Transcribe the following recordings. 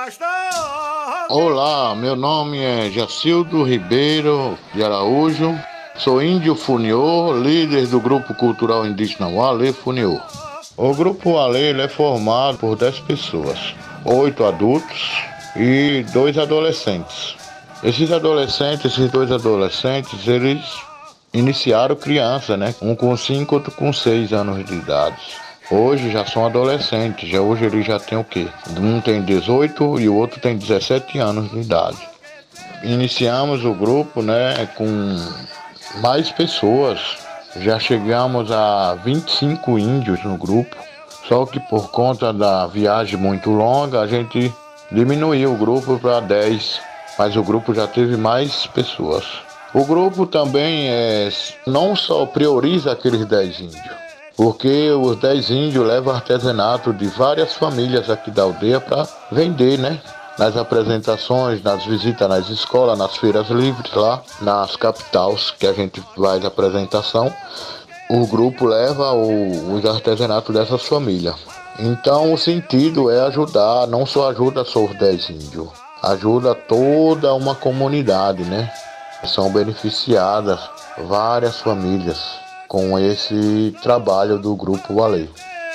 Olá, meu nome é Jacildo Ribeiro de Araújo, sou índio Funiô, líder do grupo cultural indígena Wale Funiô. O grupo Wale ele é formado por 10 pessoas, 8 adultos e 2 adolescentes. Esses dois adolescentes, eles iniciaram criança, né? Um com 5, outro com 6 anos de idade. Hoje já são adolescentes, hoje eles já têm o quê? Um tem 18 e o outro tem 17 anos de idade. Iniciamos o grupo, né, com mais pessoas. Já chegamos a 25 índios no grupo. Só que por conta da viagem muito longa, a gente diminuiu o grupo para 10. Mas o grupo já teve mais pessoas. O grupo também não só prioriza aqueles 10 índios, porque os 10 índios levam artesanato de várias famílias aqui da aldeia para vender, né? Nas apresentações, nas visitas nas escolas, nas feiras livres lá, nas capitais que a gente faz apresentação, o grupo leva os artesanatos dessas famílias. Então o sentido é ajudar, não só ajuda só os 10 índios, ajuda toda uma comunidade, né? São beneficiadas várias famílias com esse trabalho do Grupo Wale.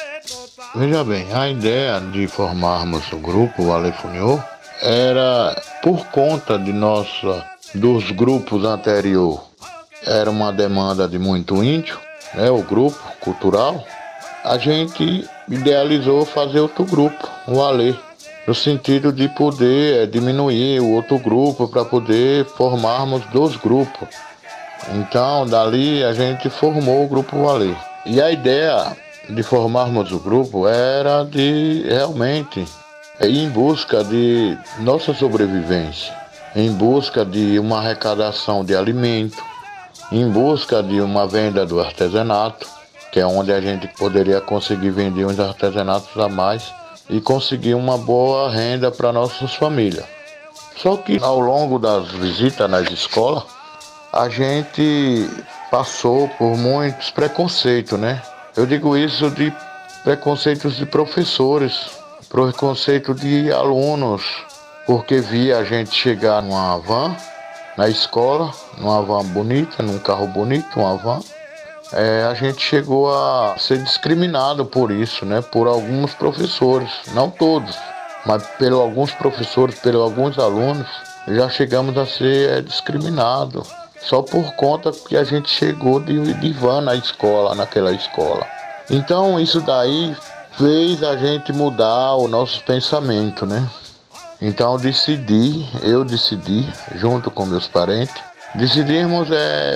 Veja bem, a ideia de formarmos o Grupo Wale Funiô era por conta dos grupos anteriores. Era uma demanda de muito índio, né, o grupo cultural. A gente idealizou fazer outro grupo, o Wale, no sentido de poder diminuir o outro grupo para poder formarmos 2 grupos. Então, dali a gente formou o Grupo Wale. E a ideia de formarmos o grupo era de realmente ir em busca de nossa sobrevivência, em busca de uma arrecadação de alimento, em busca de uma venda do artesanato, que é onde a gente poderia conseguir vender uns artesanatos a mais e conseguir uma boa renda para nossas famílias. Só que ao longo das visitas nas escolas, a gente passou por muitos preconceitos, né? Eu digo isso de preconceitos de professores, preconceito de alunos, porque via a gente chegar numa van na escola, numa van bonita, num carro bonito, uma van. A gente chegou a ser discriminado por isso, né? Por alguns professores, não todos, mas por alguns professores, por alguns alunos, já chegamos a ser discriminados. Só por conta que a gente chegou de van na escola, naquela escola. Então isso daí fez a gente mudar o nosso pensamento, né? Então eu decidi, junto com meus parentes, decidimos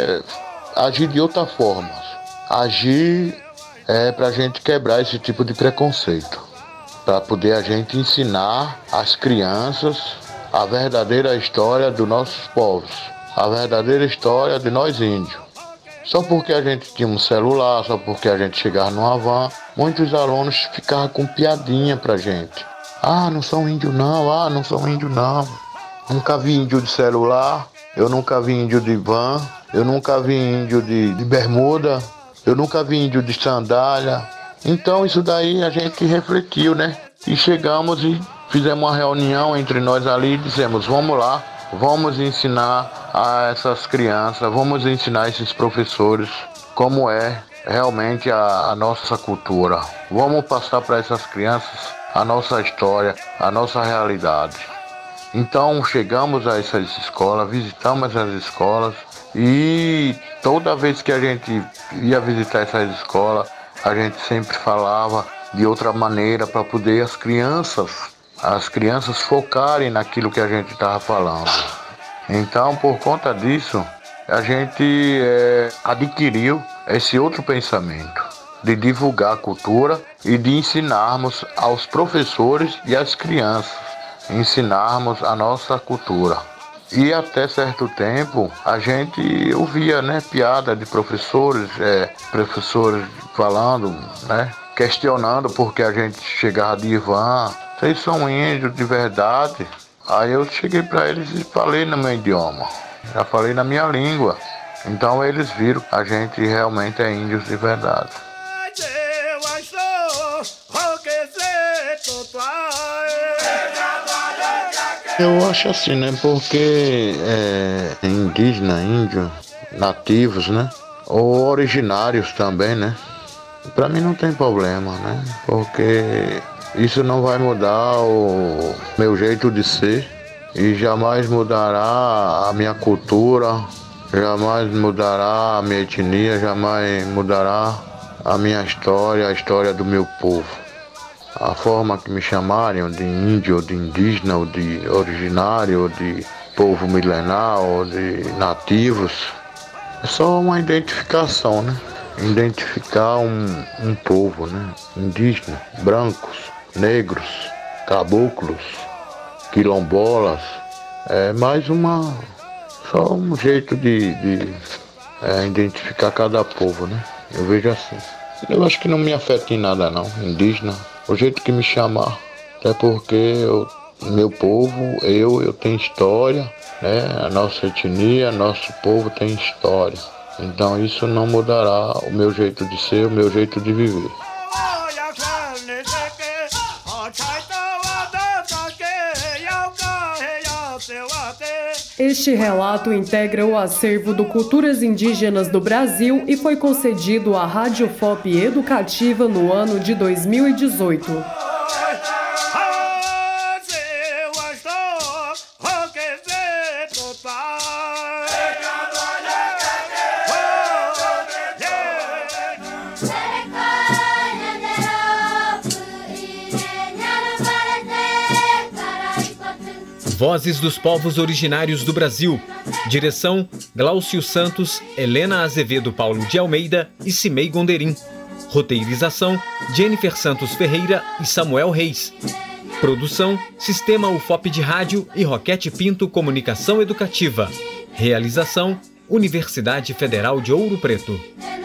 agir de outra forma. Agir para a gente quebrar esse tipo de preconceito. Para poder a gente ensinar às crianças a verdadeira história dos nossos povos. A verdadeira história de nós índios. Só porque a gente tinha um celular, só porque a gente chegava numa van, muitos alunos ficavam com piadinha pra gente. Ah, não sou índio não, não sou índio não. Nunca vi índio de celular, eu nunca vi índio de van, eu nunca vi índio de bermuda, eu nunca vi índio de sandália. Então isso daí a gente refletiu, né? E chegamos e fizemos uma reunião entre nós ali e dissemos, vamos lá. Vamos ensinar a essas crianças, vamos ensinar esses professores como é realmente a nossa cultura. Vamos passar para essas crianças a nossa história, a nossa realidade. Então chegamos a essas escolas, visitamos as escolas e toda vez que a gente ia visitar essas escolas, a gente sempre falava de outra maneira para poder as crianças focarem naquilo que a gente estava falando. Então, por conta disso, a gente adquiriu esse outro pensamento de divulgar a cultura e de ensinarmos aos professores e às crianças, ensinarmos a nossa cultura. E até certo tempo, a gente ouvia, né, piada de professores falando, né, questionando porque a gente chegava de van. Vocês são índios de verdade? Aí eu cheguei para eles e falei no meu idioma, já falei na minha língua. Então eles viram que a gente realmente é índios de verdade. Eu acho assim, né? Porque indígena, índio, nativos, né? Ou originários também, né? Pra mim não tem problema, né? Porque isso não vai mudar o meu jeito de ser e jamais mudará a minha cultura, jamais mudará a minha etnia, jamais mudará a minha história, a história do meu povo. A forma que me chamarem de índio, ou de indígena, ou de originário, ou de povo milenar, ou de nativos, é só uma identificação, né? Identificar um povo, né? Indígena, brancos, negros, caboclos, quilombolas. É mais só um jeito de identificar cada povo, né? Eu vejo assim. Eu acho que não me afeta em nada não, indígena, o jeito que me chamar. Até porque meu povo, eu tenho história, né? A nossa etnia, nosso povo tem história. Então isso não mudará o meu jeito de ser, o meu jeito de viver. Este relato integra o acervo do Culturas Indígenas do Brasil e foi concedido à Rádio FOP Educativa no ano de 2018. Vozes dos Povos Originários do Brasil. Direção: Glaucio Santos, Helena Azevedo Paulo de Almeida e Cimei Gonderim. Roteirização: Jennifer Santos Ferreira e Samuel Reis. Produção: Sistema UFOP de Rádio e Roquete Pinto Comunicação Educativa. Realização: Universidade Federal de Ouro Preto.